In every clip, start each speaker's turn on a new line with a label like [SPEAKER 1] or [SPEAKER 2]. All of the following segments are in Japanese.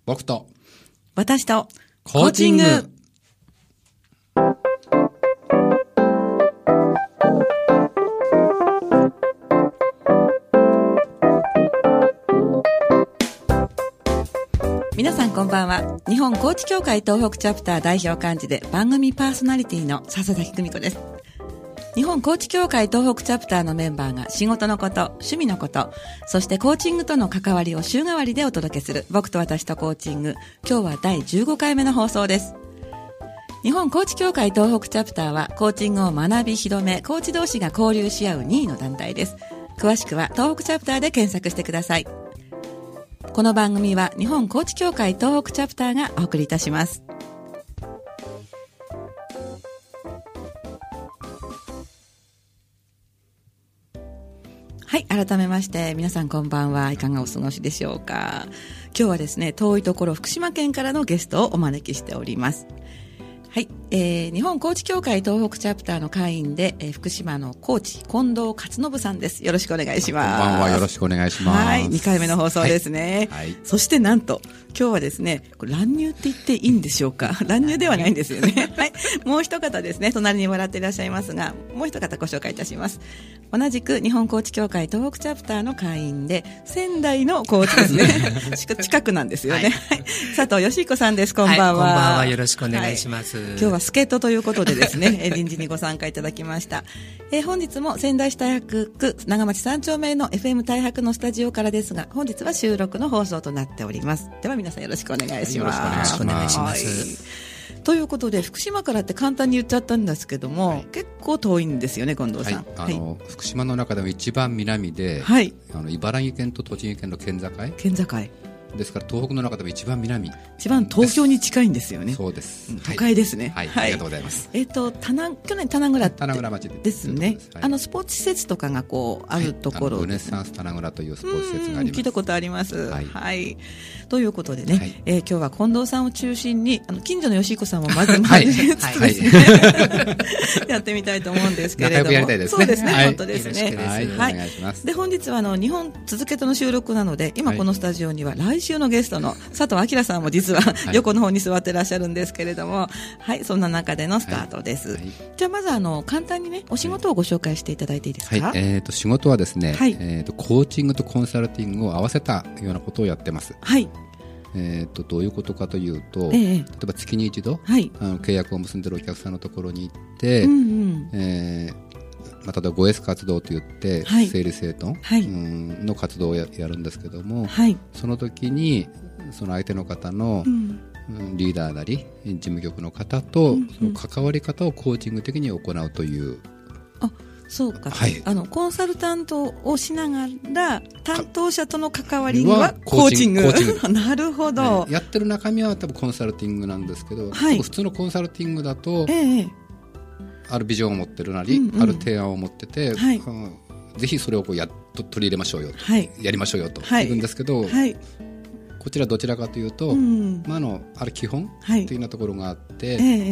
[SPEAKER 1] 僕と
[SPEAKER 2] 私と
[SPEAKER 1] コーチング。
[SPEAKER 2] 皆さんこんばんは。日本コーチ協会東北チャプター代表幹事で番組パーソナリティの笹崎久美子です。日本コーチ協会東北チャプターのメンバーが仕事のこと、趣味のこと、そしてコーチングとの関わりを週替わりでお届けする僕と私とコーチング。今日は第15回目の放送です。日本コーチ協会東北チャプターはコーチングを学び広め、コーチ同士が交流し合う任意の団体です。詳しくは東北チャプターで検索してください。この番組は日本コーチ協会東北チャプターがお送りいたします。はい、改めまして皆さんこんばんは。いかがお過ごしでしょうか。今日はですね、遠いところ福島県からのゲストをお招きしております。はい、日本コーチ協会東北チャプターの会員で、福島のコーチ近藤勝信さんです。よろしくお願いします。
[SPEAKER 1] こんばんは、よろしくお願いします。
[SPEAKER 2] はい、2回目の放送ですね。はいはい、そしてなんと今日はですね、これ乱入って言っていいんでしょうか。乱入ではないんですよね。はい、もう一方ですね、隣に笑っていらっしゃいますが、もう一方ご紹介いたします。同じく日本コーチ協会東北チャプターの会員で仙台のコーチですね。近くなんですよね。はい、佐藤義彦さんです。こんばんは。
[SPEAKER 3] はい、こんばんは。よろしくお願いします。
[SPEAKER 2] 今日は助っ人ということでですね、臨時にご参加いただきました。本日も仙台市太白区長町3丁目の FM 太白のスタジオからですが、本日は収録の放送となっております。では皆さんよろしくお願いします。
[SPEAKER 1] よろしくお願いします。
[SPEAKER 2] ということで福島からって簡単に言っちゃったんですけども、はい、結構遠いんですよね、近藤さん。
[SPEAKER 1] はい、福島の中でも一番南で、はい、茨城県と栃木県の県境ですから、東北の中でも一番南、
[SPEAKER 2] 一番東京に近いんですよね。
[SPEAKER 1] そうです、
[SPEAKER 2] 都会ですね。
[SPEAKER 1] はい、はい、ありがとうございます。
[SPEAKER 2] 去年棚倉町ですね。はい、スポーツ施設とかがこうあるところ、
[SPEAKER 1] ルネサンス棚倉というスポーツ施設があります。
[SPEAKER 2] 聞いたことあります。はい、はい、ということでね、今日は近藤さんを中心に近所の吉彦さんもまずつつですね、やってみたいと思うんですけれども、
[SPEAKER 1] 仲良くやりたいですね。
[SPEAKER 2] そうですね、本当ですね。
[SPEAKER 1] はい、お願いします。
[SPEAKER 2] で本日は2本続けての収録なので、今このスタジオには来週のゲストの佐藤明さんも実は横の方に座ってらっしゃるんですけれども、はい、そんな中でのスタートです。はいはい、じゃあまず簡単にね、お仕事をご紹介していただいていいですか。
[SPEAKER 1] はい、仕事はですね、はい、コーチングとコンサルティングを合わせたようなことをやってます。はい。どういうことかというと、例えば月に一度、はい、契約を結んでいるお客さんのところに行って、例えば 5S 活動といって、はい、整理整頓、はい、の活動を やるんですけども、はい、その時にその相手の方の、リーダーなり事務局の方と、その関わり方をコーチング的に行うという。
[SPEAKER 2] あ、そうか、はい、コンサルタントをしながら担当者との関わりはコーチング。なるほど、
[SPEAKER 1] ね、やってる中身は多分コンサルティングなんですけど、はい、普通のコンサルティングだと、あるビジョンを持ってるなり、ある提案を持ってて、はい、ぜひそれを取り入れましょうよと、はい、やりましょうよと言うんですけど、はい、こちらどちらかというと、ある基本的なところがあって、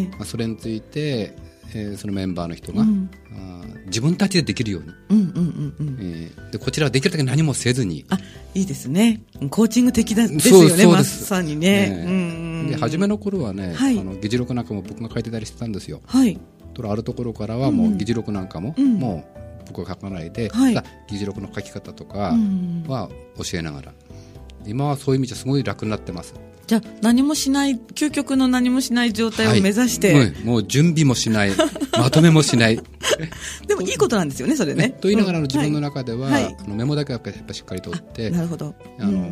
[SPEAKER 1] それについて、そのメンバーの人が、自分たちでできるように、でこちらはできるだけ何もせずに。
[SPEAKER 2] あ、いいですね。コーチング的ですよね。まさにね。
[SPEAKER 1] で初めの頃はね、議事録なんかも僕が書いてたりしてたんですよ。はい、あるところからはもう議事録なんかも、もう僕は書かないで、議事録の書き方とかは教えながら、今はそういう意味じゃすごい楽になってます。
[SPEAKER 2] じゃあ何もしない、究極の何もしない状態を目指して、
[SPEAKER 1] はい、もう準備もしないまとめもしない
[SPEAKER 2] でもいいことなんですよね、それね。
[SPEAKER 1] と言いながら自分の中では、メモだけはやっぱりしっかり取って、
[SPEAKER 2] なるほど、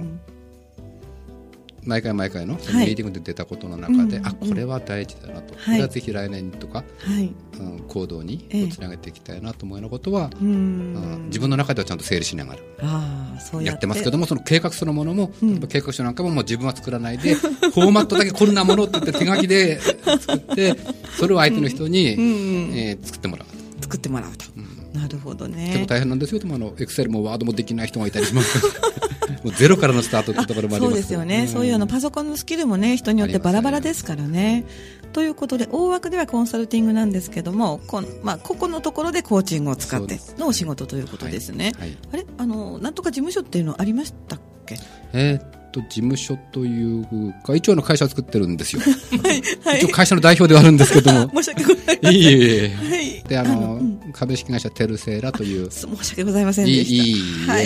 [SPEAKER 1] 毎回のミーティングで出たことの中で、これは大事だなと、これはぜひ来年とか、行動につなげていきたいなと思うようなことは、自分の中ではちゃんと整理しながらやってますけども、その計画そのものも、計画書なんかももう自分は作らないで、フォーマットだけこんなものって言って手書きで作って、それを相手の人に作ってもらうと。
[SPEAKER 2] なるほどね。
[SPEAKER 1] 結構大変なんですよ。でもエクセルもワードもできない人がいたりしますもうゼロからのスタートというところもあります。
[SPEAKER 2] そうですよね。そういうパソコンのスキルもね、人によってバラバラですからね。ということで、大枠ではコンサルティングなんですけども、ここのところでコーチングを使ってのお仕事ということですね。あれ、なんとか事務所っていうのありましたっけ？
[SPEAKER 1] 事務所というか一応の会社を作ってるんですよ。はい、一応会社の代表ではあるんですけども。
[SPEAKER 2] 申し訳ございません。
[SPEAKER 1] いえ。はい、で株式会社テルセーラという。
[SPEAKER 2] 申し訳ございませんでした。はい。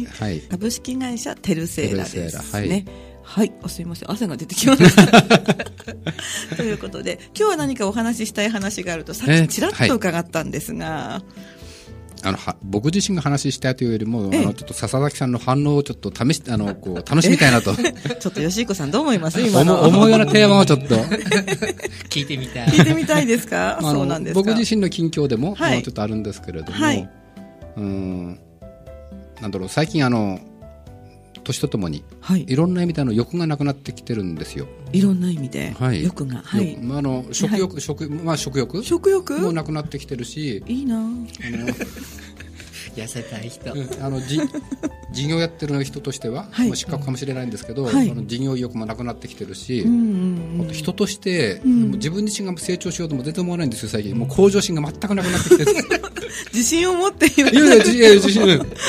[SPEAKER 2] はい。株式会社テルセーラですね。はい、すいません、汗が出てきましたということで今日は何かお話ししたい話があるとさっきちらっと伺ったんですが、
[SPEAKER 1] 僕自身が話したいというよりもちょっと笹崎さんの反応をちょっと試しこう楽しみたいなと
[SPEAKER 2] ちょっと吉彦さんどう思います今の
[SPEAKER 1] 思うようなテーマをちょっと
[SPEAKER 3] 聞いてみた
[SPEAKER 2] いですかそうなんですか。
[SPEAKER 1] 僕自身の近況でも、ちょっとあるんですけれども、なんだろう最近年とともに、いろんな意味で欲がなくなってきてるんですよ。
[SPEAKER 2] いろんな意味で、欲が、
[SPEAKER 1] 食欲、食欲もなくなってきてるし、
[SPEAKER 2] いいな
[SPEAKER 3] 痩せたい人
[SPEAKER 1] 事業やってる人としては、失格かもしれないんですけど、事業欲もなくなってきてるし、人として、自分自身が成長しようとも全然思わないんですよ最近。もう向上心が全くなくなってきてる
[SPEAKER 2] 自信を持っている。
[SPEAKER 1] いや自信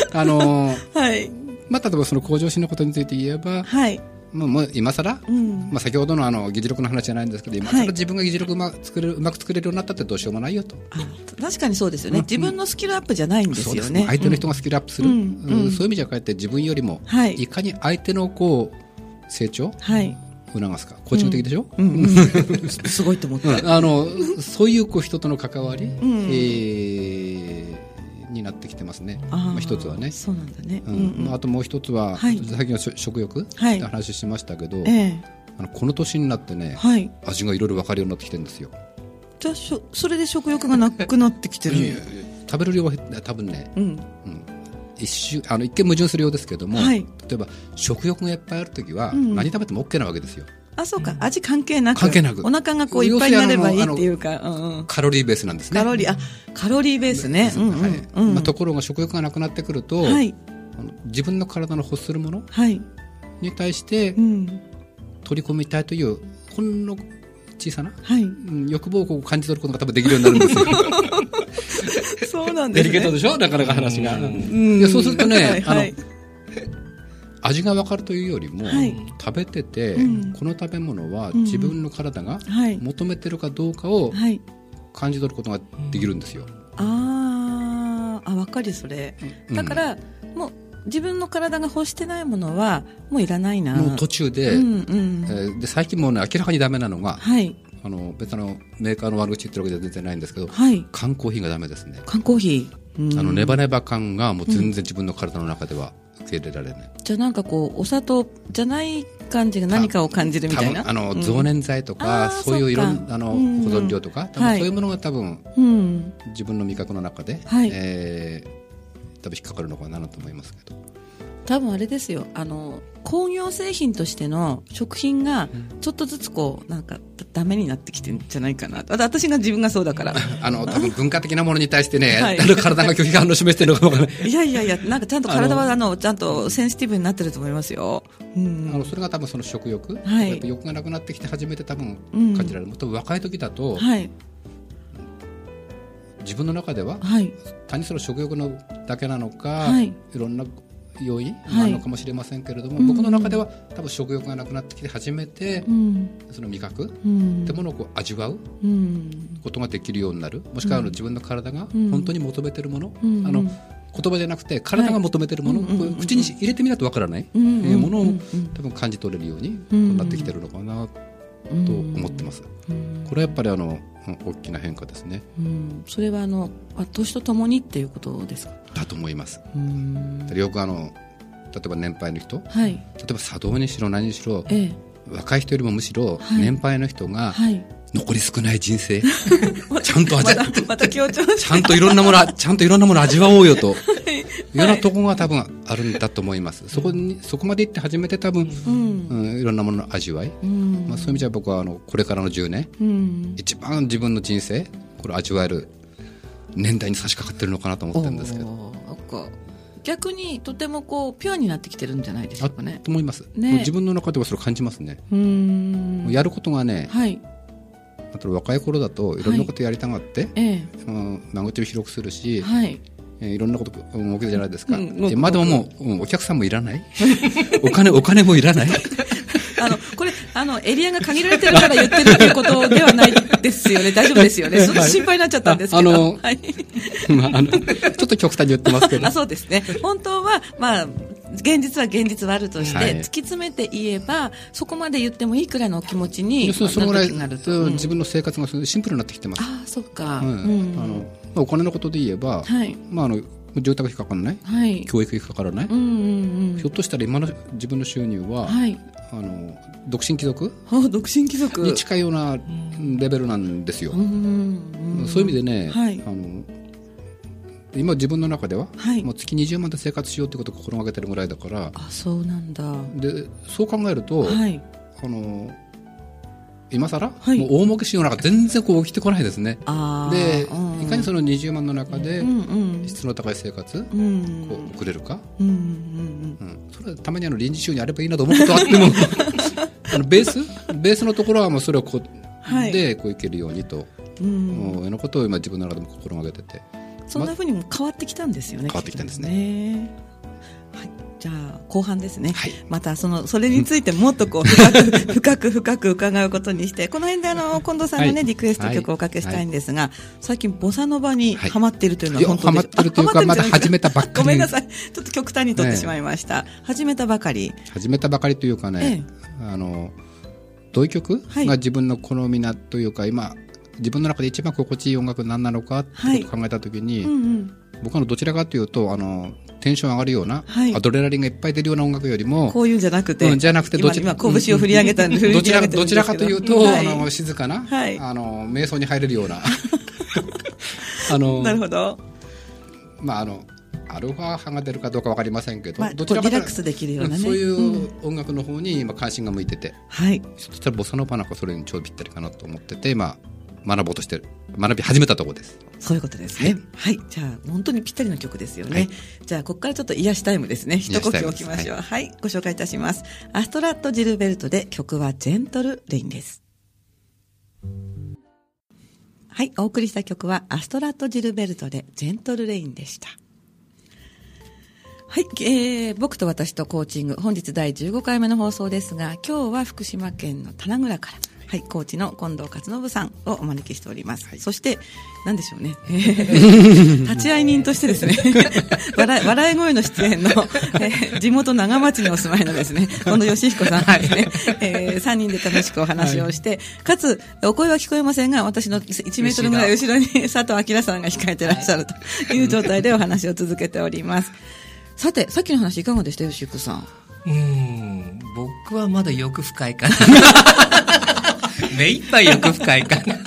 [SPEAKER 1] 例えばその向上心のことについて言えば、もう今更、先ほどの議事録の話じゃないんですけど、今更自分が議事録うまく作れるようになったってどうしようもないよと。
[SPEAKER 2] 確かにそうですよね、自分のスキルアップじゃないんですよね。そうです。
[SPEAKER 1] 相手の人がスキルアップする、そういう意味じゃかえって自分よりも、いかに相手の成長、促すか。コーチング的でしょ、
[SPEAKER 2] すごいと思った。
[SPEAKER 1] そういう人との関わり、になってきてますね。一つはね。
[SPEAKER 2] そうなんだね。
[SPEAKER 1] あともう一つは、さっきの食欲って話しましたけど、この年になってね、味がいろいろ分かるようになってきてるんですよ。
[SPEAKER 2] じゃあそれで食欲がなくなってきてる。
[SPEAKER 1] 食べる量は多分ね、一見矛盾するようですけども、例えば食欲がいっぱいあるときは、何食べても OK なわけですよ。
[SPEAKER 2] そうか、味関係なくお腹がいっぱいになればいいっていうか、
[SPEAKER 1] カロリーベースなんですね。
[SPEAKER 2] カロリーベースね。
[SPEAKER 1] ところが食欲がなくなってくると、自分の体の欲するものに対して取り込みたいというほんの小さな欲望を感じ取ることが多分できるようになるんですよ。
[SPEAKER 2] そうなんですね。
[SPEAKER 1] デリケートでしょ、なかなか話が。そうするとね、味が分かるというよりも、食べてて、この食べ物は自分の体が求めてるかどうかを感じ取ることができるんですよ。
[SPEAKER 2] 分かるそれ。だからもう自分の体が欲してないものはもういらないな。
[SPEAKER 1] もう途中で、で最近もうね明らかにダメなのが、別のメーカーの悪口言ってるわけじゃ全然ないんですけど、缶コーヒーがダメですね。
[SPEAKER 2] 缶コーヒー。
[SPEAKER 1] ネバネバ感がもう全然自分の体の中では受け入れられない。
[SPEAKER 2] じゃあなんかお砂糖じゃない感じが何かを感じるみたいな。
[SPEAKER 1] 増粘剤とか、そういういろんな保存料とか、多分そういうものが多分、自分の味覚の中で、多分引っかかるのかなと思いますけど。
[SPEAKER 2] 多分あれですよ、工業製品としての食品がちょっとずつなんかダメになってきてるんじゃないかな。私が自分がそうだから
[SPEAKER 1] 多分文化的なものに対してね、体が拒否反応を示してるのかもわからない。
[SPEAKER 2] いやなんかちゃんと体はちゃんとセンシティブになってると思いますよ。
[SPEAKER 1] それが多分その食欲、やっぱ欲がなくなってきて初めて多分感じられる。多分若い時だと、自分の中では、単にその食欲のだけなのか、いろんな要因があるのかもしれませんけれども、僕の中では多分食欲がなくなってきて初めて、その味覚ってものを味わうことができるようになる。もしくは自分の体が本当に求めているもの、言葉じゃなくて体が求めているもの、口に入れてみないとわからないものを多分感じ取れるようになってきているのかなと思ってます。これはやっぱり大きな変化ですね。
[SPEAKER 2] それは年とともにっていうことですか。
[SPEAKER 1] だと思います。よく例えば年配の人、例えば茶道にしろ何にしろ、若い人よりもむしろ年配の人が残り少ない人生、ちゃんとちゃんといろんなもの味わおうよというようなところが多分あるんだと思います。そこまで行って初めて多分、いろんなものの味わい、そういう意味じゃ僕はこれからの10年、一番自分の人生これを味わえる年代に差し掛かってるのかなと思ってるんですけど、
[SPEAKER 2] 逆にとてもピュアになってきてるんじゃないでしょうかね。
[SPEAKER 1] と思います、自分の中ではそれを感じますね。やることがね、若い頃だといろんなことやりたがって、間口を広くするし、 いろんなこと思ってるじゃないですか。まあでももう、お客さんもいらないお金もいらない
[SPEAKER 2] これエリアが限られてるから言ってるっていうことではないですよね。大丈夫ですよね。ちょっと心配になっちゃったんですけど、はい、
[SPEAKER 1] まあ、ちょっと極端に言ってますけど
[SPEAKER 2] そうですね。本当はまあ現実は現実はあるとして、はい、突き詰めて言えばそこまで言ってもいいくらいのお気持ちに
[SPEAKER 1] そのぐらい自分の生活がシンプルになってきてます。
[SPEAKER 2] ああ、そっか、
[SPEAKER 1] お金のことで言えば、はい、まあ、住宅費かからない、はい、教育費かからない、ひょっとしたら今の自分の収入は、はい、独身貴族に近いようなレベルなんですよ。そういう意味でね、はい、今自分の中では、はい、もう月20万で生活しようってことを心がけてるぐらいだから。
[SPEAKER 2] あ、そうなんだ。
[SPEAKER 1] でそう考えると、はい、今更、はい、もう大儲けしようなんか全然起きてこないですね。で、いかにその20万の中で質の高い生活を送れるか、それはたまに臨時収入あればいいなと思うことはあってもベースのところはもうそれをでいけるようにというのことを今自分の中でも心がけてて、
[SPEAKER 2] そんなふうにも変わってきたんですよね。
[SPEAKER 1] 変わってきたんですね。
[SPEAKER 2] はい、じゃあ後半ですね、はい、またそれについてもっと深く伺うことにして、この辺で近藤さんのね、はい、リクエスト曲をおかけしたいんですが、はい、最近ボサノバにハマっているというのは本当ですか？ハマってるというかまだ始めたばっかり。ごめんなさい、ちょっと極端に取ってしまいました、始めたばかり
[SPEAKER 1] というかね、どういう曲が自分の好みなというか、今自分の中で一番心地いい音楽何なのかってことを考えたときに、僕はどちらかというとテンション上がるような、はい、アドレナリンがいっぱい出るような音楽よりも、
[SPEAKER 2] こういうんじゃなくて、
[SPEAKER 1] 今
[SPEAKER 2] 拳を振り上げたんで、
[SPEAKER 1] どちらかというと、はい、静かな、はい、瞑想に入れるような
[SPEAKER 2] なるほど。
[SPEAKER 1] まあアルファ波が出るかどうか分かりませんけど、
[SPEAKER 2] まあ、どちらかリラックスできるようなね、
[SPEAKER 1] そういう音楽の方に今関心が向いてて、
[SPEAKER 2] はい、
[SPEAKER 1] そしたらボサノバなんかそれにちょうどぴったりかなと思ってて、今学び始めたところです。
[SPEAKER 2] そういうことですね。はい、じゃあ本当にぴったりの曲ですよね。はい、じゃあここからちょっと癒しタイムですね。一呼吸置きましょう。はい、ご紹介いたします。アストラッド・ジルベルトで、曲はジェントル・レインです。はい、お送りした曲はアストラッド・ジルベルトでジェントル・レインでした。はい、僕と私とコーチング、本日第15回目の放送ですが、今日は福島県の棚倉から、はい、コーチの近藤勝信さんをお招きしております。はい、そして何でしょうね、立会人としてですね笑い声の出演の、地元長町にお住まいのですね近藤義彦さんですね、3人で楽しくお話をして、はい、かつお声は聞こえませんが、私の1メートルぐらい後ろに佐藤明さんが控えてらっしゃるという状態でお話を続けております。さて、さっきの話いかがでした？義彦さん。
[SPEAKER 3] 僕はまだ欲深いかな目いっぱい欲深いかな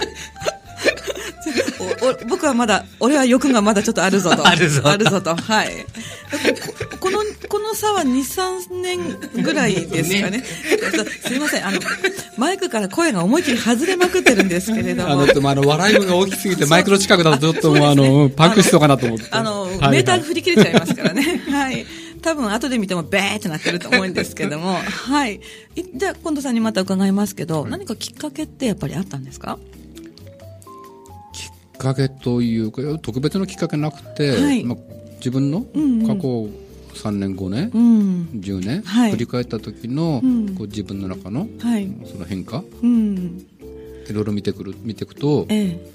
[SPEAKER 2] 僕はまだ、俺は欲がまだちょっとあるぞと。あるぞと。はい。この差は2、3年ぐらいですかね。すいません。マイクから声が思いっきり外れまくってるんですけれども。
[SPEAKER 1] 笑い声が大きすぎてマイクの近くだとちょっともう、パンクしそうかなと思って。メ
[SPEAKER 2] ーターが振り切れちゃいますからね。はい。多分後で見てもベーってなってると思うんですけども。はい。じゃあ、近藤さんにまた伺いますけど、何かきっかけってやっぱりあったんですか？
[SPEAKER 1] きっかけというか特別のきっかけなくて、はい、自分の過去3年5年、10年、はい、振り返った時の、こう自分の中の、はい、その変化、いろいろ見ていくと、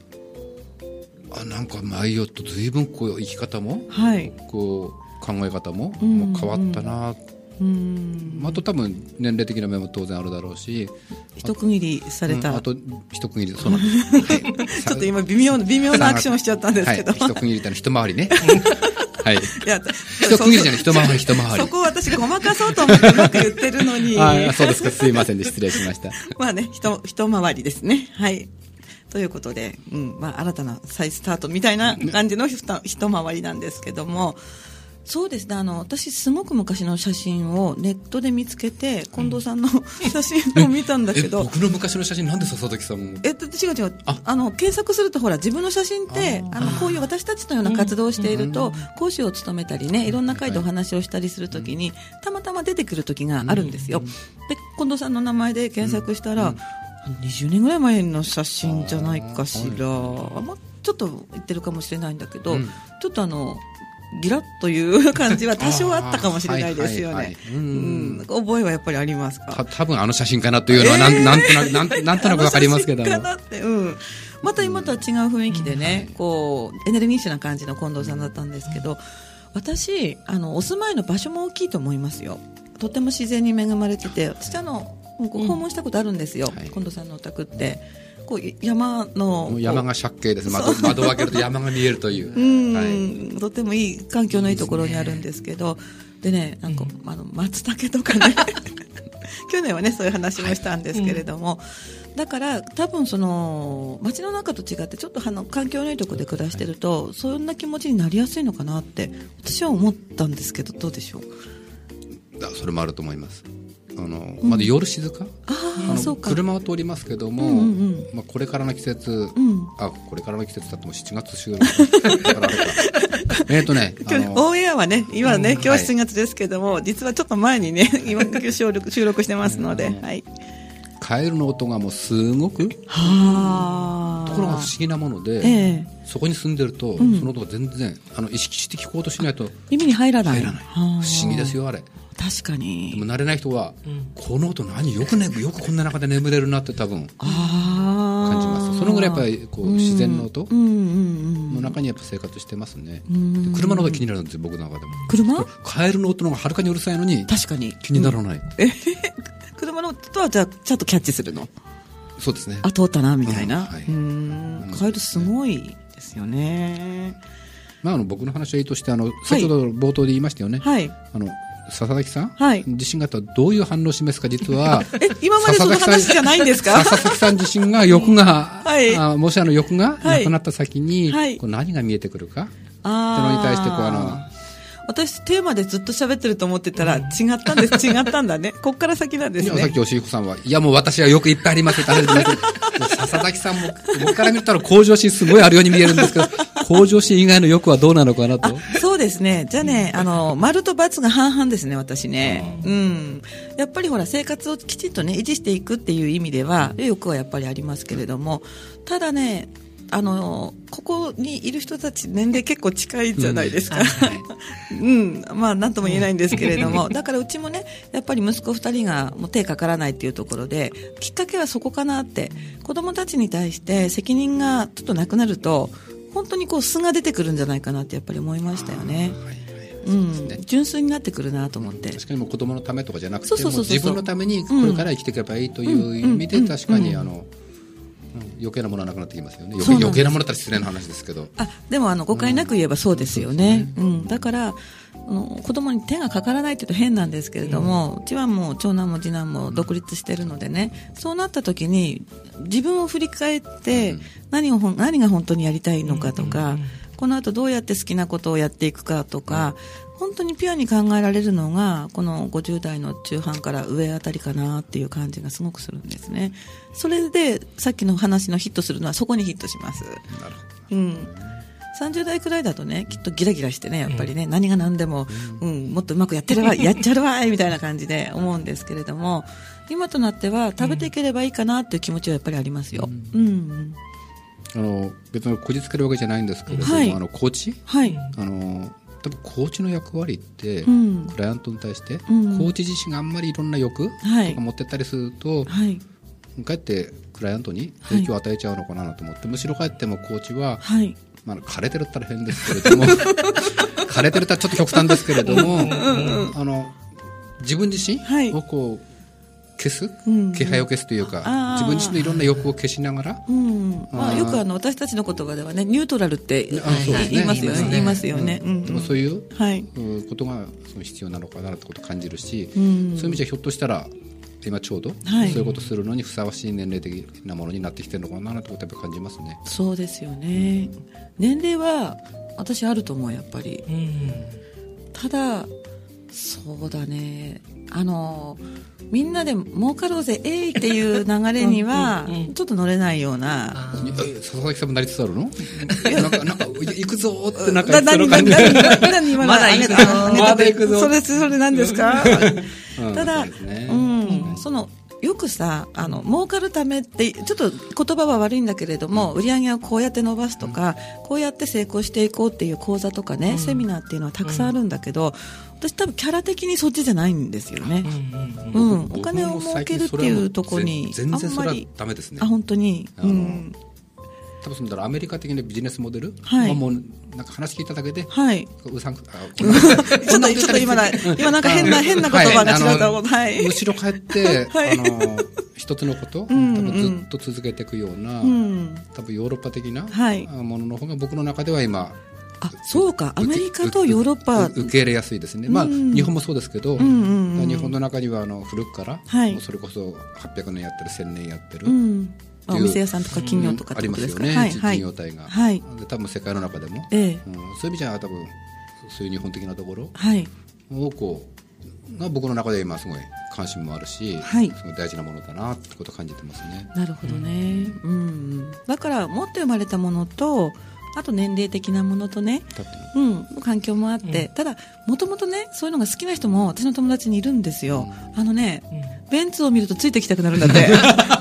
[SPEAKER 1] なんか前よと随分こう生き方も、はい、こう考え方も、もう変わったな。あと多分年齢的な面も当然あるだろうし、
[SPEAKER 2] 一区切りされた、
[SPEAKER 1] あと一区切りそうなんです、はい、
[SPEAKER 2] ちょっと今微妙なアクションをしちゃったんですけど、
[SPEAKER 1] はい、一区切りってのは一回りねはい、一区切りじゃない、一回り
[SPEAKER 2] そこを私がごまかそうと思ってうまく言ってるのに
[SPEAKER 1] そうですか、すいませんで失礼しました
[SPEAKER 2] まあね、一回りですね。はい、ということで、新たな再スタートみたいな感じの一回りなんですけども、そうですね、私すごく昔の写真をネットで見つけて、近藤さんの写真を見たんだけど
[SPEAKER 1] 僕の昔の写真なんで佐々木さんも
[SPEAKER 2] 違う検索するとほら自分の写真ってこういう私たちのような活動をしていると、講師を務めたりね、いろんな会でお話をしたりするときに、たまたま出てくるときがあるんですよ。で、近藤さんの名前で検索したら、20年ぐらい前の写真じゃないかしら、ちょちょっと言ってるかもしれないんだけど、ちょっとギラッという感じは多少あったかもしれないですよね。覚えはやっぱりありますか？
[SPEAKER 1] 多分写真かなというのはなんとなくわかりますけども。
[SPEAKER 2] また今とは違う雰囲気でね、こうエネルギッシュな感じの近藤さんだったんですけど、私お住まいの場所も大きいと思いますよ。とても自然に恵まれてて、私訪問したことあるんですよ、近藤さんのお宅って。こう山
[SPEAKER 1] が借景です。窓を開けると山が見えるという、
[SPEAKER 2] とてもいい環境のいいところにあるんですけど、でね、なんか松茸とかね去年はねそういう話もしたんですけれども、だから多分その街の中と違ってちょっと環境のいいところで暮らしてるとそんな気持ちになりやすいのかなって私は思ったんですけど、どうでしょう？
[SPEAKER 1] それもあると思います。まだ夜静か、車は通りますけども、これからの季節、これからの季節だともう7月終了だから
[SPEAKER 2] オンエアはね今ね今日は7月ですけども、実はちょっと前にね今収録してますので、
[SPEAKER 1] カエルの音がもうすごくところが不思議なもので、そこに住んでると、その音が全然意識して聞こうとしないと
[SPEAKER 2] 耳に入らない。
[SPEAKER 1] 不思議ですよあれ。
[SPEAKER 2] 確かに。
[SPEAKER 1] でも慣れない人は、この音何よくこんな中で眠れるなって多分感じます。そのぐらいやっぱりこう自然の音の中にやっぱ生活してますね。車の音が気になるんですよ、僕の中でも。
[SPEAKER 2] 車？
[SPEAKER 1] カエルの音の方がはるかにうるさいのに
[SPEAKER 2] 確かに
[SPEAKER 1] 気にならない。
[SPEAKER 2] 車の音はじゃあちゃんとキャッチするの？
[SPEAKER 1] そうですね。
[SPEAKER 2] 通ったなみたいな。カエルすごいですよね。
[SPEAKER 1] 僕の話はいいとして、先ほど冒頭で言いましたよね。笹崎さん、自身がどういう反応を示すか、実は
[SPEAKER 2] 今までその話じゃないんですか？
[SPEAKER 1] 笹崎さん自身が欲が、もし欲がなくなった先に、何が見えてくるかってのに対して
[SPEAKER 2] 私テーマでずっと喋ってると思ってたら違ったんです。違ったんだね。こっから先なんですね。
[SPEAKER 1] さっき吉彦さんはもう私はよくいっぱいありますって話してます。笹崎さんも僕から見たら向上心すごいあるように見えるんですけど、向上心以外の欲はどうなのかなと。
[SPEAKER 2] そうですね。じゃあね、丸と×が半々ですね、私ね。やっぱりほら生活をきちんとね維持していくっていう意味では欲はやっぱりありますけれども、ただね、ここにいる人たち年齢結構近いじゃないですか。なんとも言えないんですけれども、だからうちもね、やっぱり息子2人がもう手かからないっていうところで、きっかけはそこかなって。子供たちに対して責任がちょっとなくなると、本当にこう素が出てくるんじゃないかなってやっぱり思いましたよね。純粋になってくるなと思って。
[SPEAKER 1] 確かにもう子供のためとかじゃなくて、自分のためにこれから生きていけばいいという意味で、確かに余計なものはなくなってきますよね。余計なものだったら失礼な話ですけど。
[SPEAKER 2] でも誤解なく言えばそうですよね。だから子供に手がかからないというと変なんですけれども、うちはもう長男も次男も独立しているのでね、そうなった時に自分を振り返って何が本当にやりたいのかとか、この後どうやって好きなことをやっていくかとか、本当にピュアに考えられるのがこの50代の中半から上あたりかなっていう感じがすごくするんですね。それでさっきの話のヒットするのはそこにヒットします。なるほど。30代くらいだとね、きっとギラギラしてね、やっぱりね、何が何でも、もっとうまくやってるわ、やっちゃるわみたいな感じで思うんですけれども、今となっては食べていければいいかなっていう気持ちはやっぱりありますよ。
[SPEAKER 1] 別にこじつけるわけじゃないんですけれども、コーチ、多分コーチの役割って、クライアントに対して、コーチ自身があんまりいろんな欲とか持ってったりすると、かえってクライアントに影響を与えちゃうのかなと思って、むしろかえってもコーチは、枯れてるったら変ですけれども枯れてるったらちょっと極端ですけれども自分自身をこう消す、気配を消すというか、自分自身のいろんな欲を消しながら、
[SPEAKER 2] よく私たちの言葉ではね、ニュートラルって言いますよね。言いますよね。
[SPEAKER 1] でもそういうことが必要なのかなってことを感じるし、そういう意味じゃひょっとしたら今ちょうどそういうことするのにふさわしい年齢的なものになってきてるのかなってことをやっぱ感じますね。
[SPEAKER 2] そうですよね。年齢は私あると思う、やっぱり。ただそうだね、みんなで儲かろうぜえいっていう流れにはちょっと乗れないような。
[SPEAKER 1] 佐々木さんもなりつつあるの？なんか行くぞってなんか
[SPEAKER 2] 言ってる感じ。何
[SPEAKER 3] まだ行くぞ。
[SPEAKER 2] まだ行くぞ。それ何ですか？ただ、そのよくさ儲かるためってちょっと言葉は悪いんだけれども、売り上げをこうやって伸ばすとか、こうやって成功していこうっていう講座とかね、セミナーっていうのはたくさんあるんだけど、私多分キャラ的にそっちじゃないんですよね。お金を儲けるっていうところに
[SPEAKER 1] 全然それはダメですね。
[SPEAKER 2] 本当に、
[SPEAKER 1] 多分そのアメリカ的なビジネスモデル、もうなんか話聞いただけで、うさんく
[SPEAKER 2] ちょっと今なんか変な言葉が違うと思う。
[SPEAKER 1] むしろかえって一つのこと多分ずっと続けていくような、多分ヨーロッパ的なものの方が僕の中では今、
[SPEAKER 2] そうか、アメリカとヨーロッパ
[SPEAKER 1] 受け入れやすいですね。日本もそうですけど、日本の中には古くから、それこそ800年やってる、1000年やってる、
[SPEAKER 2] お店屋さんとか企業とかってことですか。
[SPEAKER 1] ありますよね、企業体が。多分世界の中でも、そういう意味じゃ多分そういう日本的なところをが僕の中で今すごい関心もあるし、すごい大事なものだなってことを感じてますね。
[SPEAKER 2] なるほどね。だから持って生まれたものと、あと年齢的なものとね、環境もあって、ただもともとね、そういうのが好きな人も私の友達にいるんですよ。ベンツを見るとついてきたくなるんだって。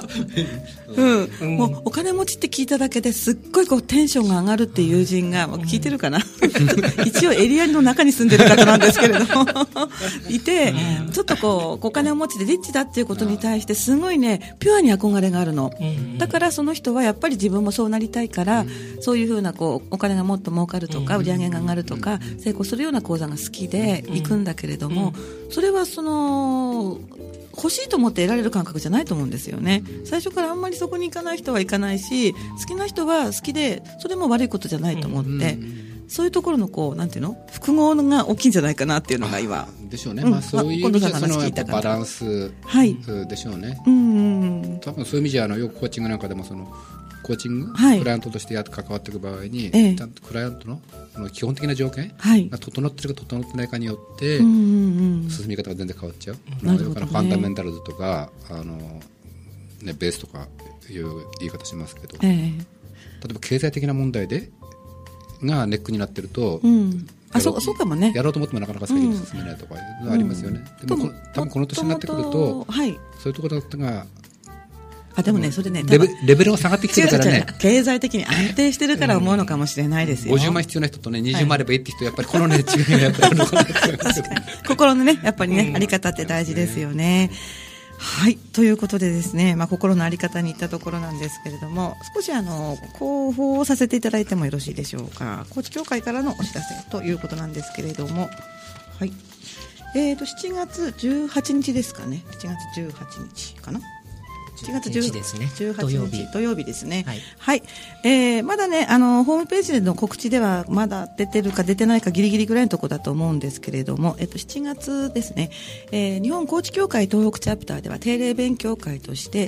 [SPEAKER 2] もうお金持ちって聞いただけですっごいテンションが上がるっていう友人が、聞いてるかな一応エリアの中に住んでる方なんですけれどもいて、ちょっとお金を持ちでリッチだっていうことに対してすごいね、ピュアに憧れがあるの。だからその人はやっぱり自分もそうなりたいから、そういうふうなお金がもっと儲かるとか、売り上げが上がるとか、成功するような講座が好きで行くんだけれども、それは欲しいと思って得られる感覚じゃないと思うんですよね。最初からあんまりそこに行かない人は行かないし、好きな人は好きで、それも悪いことじゃないと思って、そういうところのなんていうの、複合が大きいんじゃないかなっていうのが今
[SPEAKER 1] でしょうね。そういう意味じゃバランスでしょうね。多分そういう意味じゃよくコーチングなんかでもコーチング、クライアントとして関わっていく場合に、ちゃんとクライアントの基本的な条件が整っているか整っていないかによって進み方が全然変わっちゃう。ファンダメンタルズとかベースとかいう言い方しますけど、例えば経済的な問題がネックになっていると、
[SPEAKER 2] そうかもね。
[SPEAKER 1] やろうと思ってもなかなか先に進めないとかありますよね。でも多分この年になってくると、そういうところが
[SPEAKER 2] でもね、それね、
[SPEAKER 1] レベルが下がってきてるからね、
[SPEAKER 2] 経済的に安定してるから思うのかもしれないですよ。
[SPEAKER 1] 50万必要な人とね、20万あればいいって人、やっぱりこのね、違いがやっぱりあるのかなって
[SPEAKER 2] 心のね、やっぱりね、あり方って大事ですよね。はい、ということでですね、心のあり方にいったところなんですけれども、少し広報をさせていただいてもよろしいでしょうか。高知協会からのお知らせということなんですけれども、はい、7月18日ですかね。7月18日かな。7月18日ですね。土曜日ですね。はい。まだね、ホームページでの告知ではまだ出てるか出てないかギリギリぐらいのところだと思うんですけれども、7月ですね、日本高知協会東北チャプターでは定例勉強会として、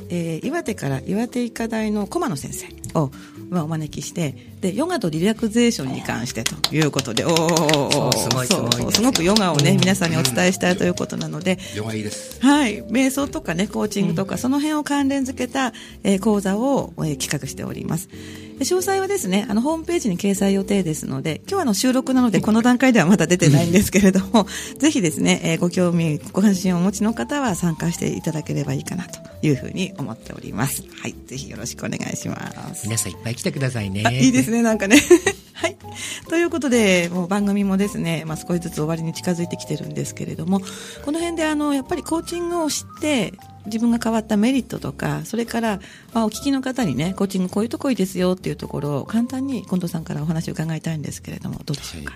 [SPEAKER 2] 岩手から岩手医科大の駒野先生をお招きして、でヨガとリラクゼーションに関してということで、すごくヨガをね、皆さんにお伝えしたいということなので、
[SPEAKER 1] ヨガいいです。
[SPEAKER 2] はい、瞑想とかね、コーチングとか、その辺を関連付けた、講座を、企画しております。詳細はですね、ホームページに掲載予定ですので、今日は収録なのでこの段階ではまだ出てないんですけれどもぜひですね、ご興味ご関心をお持ちの方は参加していただければいいかなというふうに思っております。はい、ぜひよろしくお願いします。
[SPEAKER 3] 皆さんいっぱい来てくださいね。
[SPEAKER 2] いいですね、なんかねはい、ということで、もう番組もですね、少しずつ終わりに近づいてきてるんですけれども、この辺でやっぱりコーチングを知って自分が変わったメリットとか、それから、お聞きの方にね、コーチングこういうとこいいですよっていうところを簡単に近藤さんからお話を伺いたいんですけれども、どうでしょうか。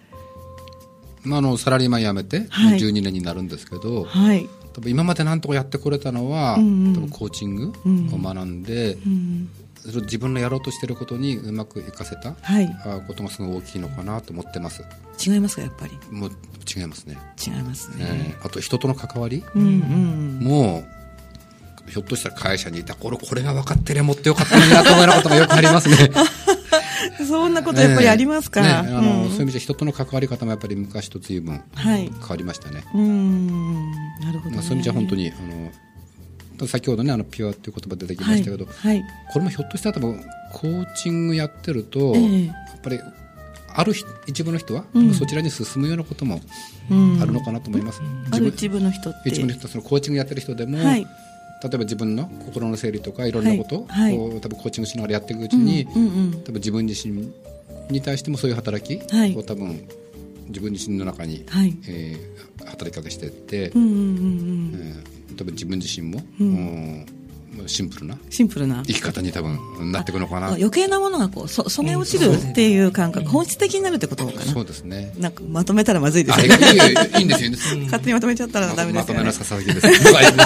[SPEAKER 1] サラリーマン辞めて12年になるんですけど、多分今までなんとかやってこれたのは、多分コーチングを学んで、自分のやろうとしていることにうまく活かせた、ことがすごい大きいのかなと思ってます。
[SPEAKER 2] 違いますか、やっぱり。
[SPEAKER 1] もう違いますね。
[SPEAKER 2] 違いますね。
[SPEAKER 1] あと人との関わり、もうひょっとしたら会社にいた頃これが分かってりゃもっとよかったのになと思うようなことがよくありますね
[SPEAKER 2] そんなことやっぱりありますか。
[SPEAKER 1] そういう意味で人との関わり方もやっぱり昔と随分変わりましたね。
[SPEAKER 2] なるほどね。
[SPEAKER 1] そういう意味じゃ本当に先ほどねピュアっていう言葉出てきましたけど、これもひょっとしたら多分コーチングやってると、やっぱりある一部の人は、そちらに進むようなこともあるのかなと思います。
[SPEAKER 2] 一部の人って
[SPEAKER 1] そのコーチングやってる人でも、 例えば自分の心の整理とかいろんなことを、はい、多分コーチングしながらやっていくうちに、多分自分自身に対してもそういう働きを多分自分自身の中に、働きかけしていって、多分自分自身も、シンプルな生き方に多分なっていくのかな。
[SPEAKER 2] 余計なものがこう染め落ちるっていう感覚、本質的になるってことかな。
[SPEAKER 1] そうですね。
[SPEAKER 2] なんかまとめたらまずいですよね。
[SPEAKER 1] いいんですよね。
[SPEAKER 2] 勝手にまとめちゃったらダメですよね。
[SPEAKER 1] まとめなささぎです。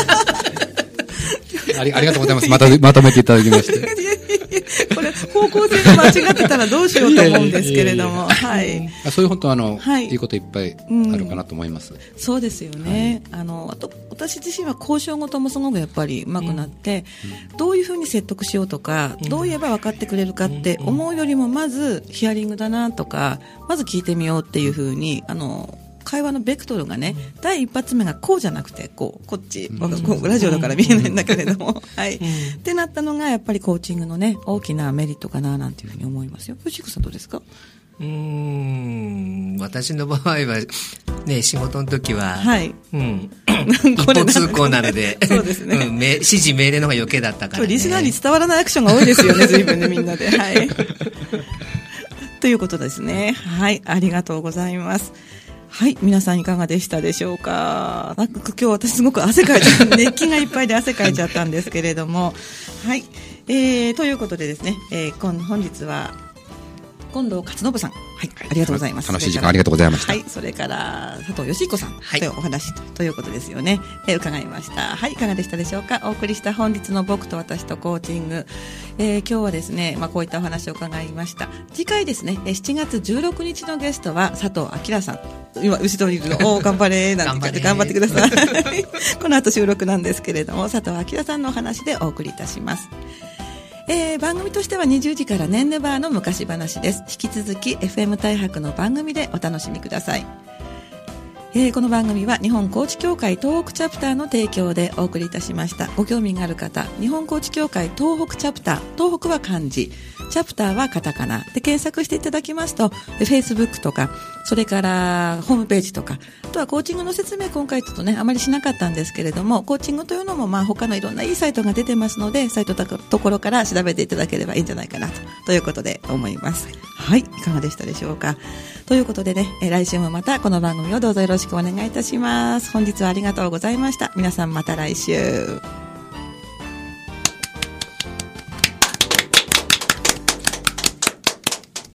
[SPEAKER 1] ありがとうございます。まとめていただきまして。
[SPEAKER 2] これ方向性が間違ってたらどうしようと思うんですけれども、はい。
[SPEAKER 1] そういう本当いいこといっぱいあるかなと思います。
[SPEAKER 2] そうですよね。あと私自身は交渉事もすごくやっぱり上手くなって、どういうふうに説得しようとか、どう言えば分かってくれるかって思うよりもまずヒアリングだなとか、まず聞いてみようっていうふうに会話のベクトルがね、第一発目がこうじゃなくてこっち、ラジオだから見えないんだけれども、はい、ってなったのがやっぱりコーチングのね大きなメリットかななんていうふうに思いますよ。藤子さんどうですか？
[SPEAKER 3] 私の場合はね、仕事の時は、
[SPEAKER 2] はい、
[SPEAKER 3] 一方通行なので、
[SPEAKER 2] そうですね、
[SPEAKER 3] 指示命令の方が余計だったからね。
[SPEAKER 2] リスナーに伝わらないアクションが多いですよね、随分ねみんなで、はい。ということですね。はい、ありがとうございます。はい、皆さんいかがでしたでしょうか。なんか今日私すごく汗かいちゃった熱気がいっぱいで汗かいちゃったんですけれども、はい、ということでですね、本日は近藤勝信さん、はい、ありがとうございます。
[SPEAKER 1] 楽しい時間ありがとうございました。
[SPEAKER 2] はい、それから佐藤義彦さんというお話ということですよね。伺いました。はい、いかがでしたでしょうか。お送りした本日の僕と私とコーチング、今日はですね、こういったお話を伺いました。次回ですね、7月16日のゲストは佐藤明さん。今後ろにいるの頑張れなんて頑張ってください。この後収録なんですけれども、佐藤明さんのお話でお送りいたします。番組としては20時からねんねバーの昔話です。引き続き FM 大白の番組でお楽しみください。この番組は日本コーチ協会東北チャプターの提供でお送りいたしました。ご興味がある方、日本コーチ協会東北チャプター、東北は漢字、チャプターはカタカナで検索していただきますと、Facebook とか、それからホームページとか、あとはコーチングの説明今回ちょっとねあまりしなかったんですけれども、コーチングというのも他のいろんないいサイトが出てますので、サイトのところから調べていただければいいんじゃないかなということで思います。はい、いかがでしたでしょうか。ということでね、来週もまたこの番組をどうぞよろしくお願いいたします。本日はありがとうございました。皆さんまた来週。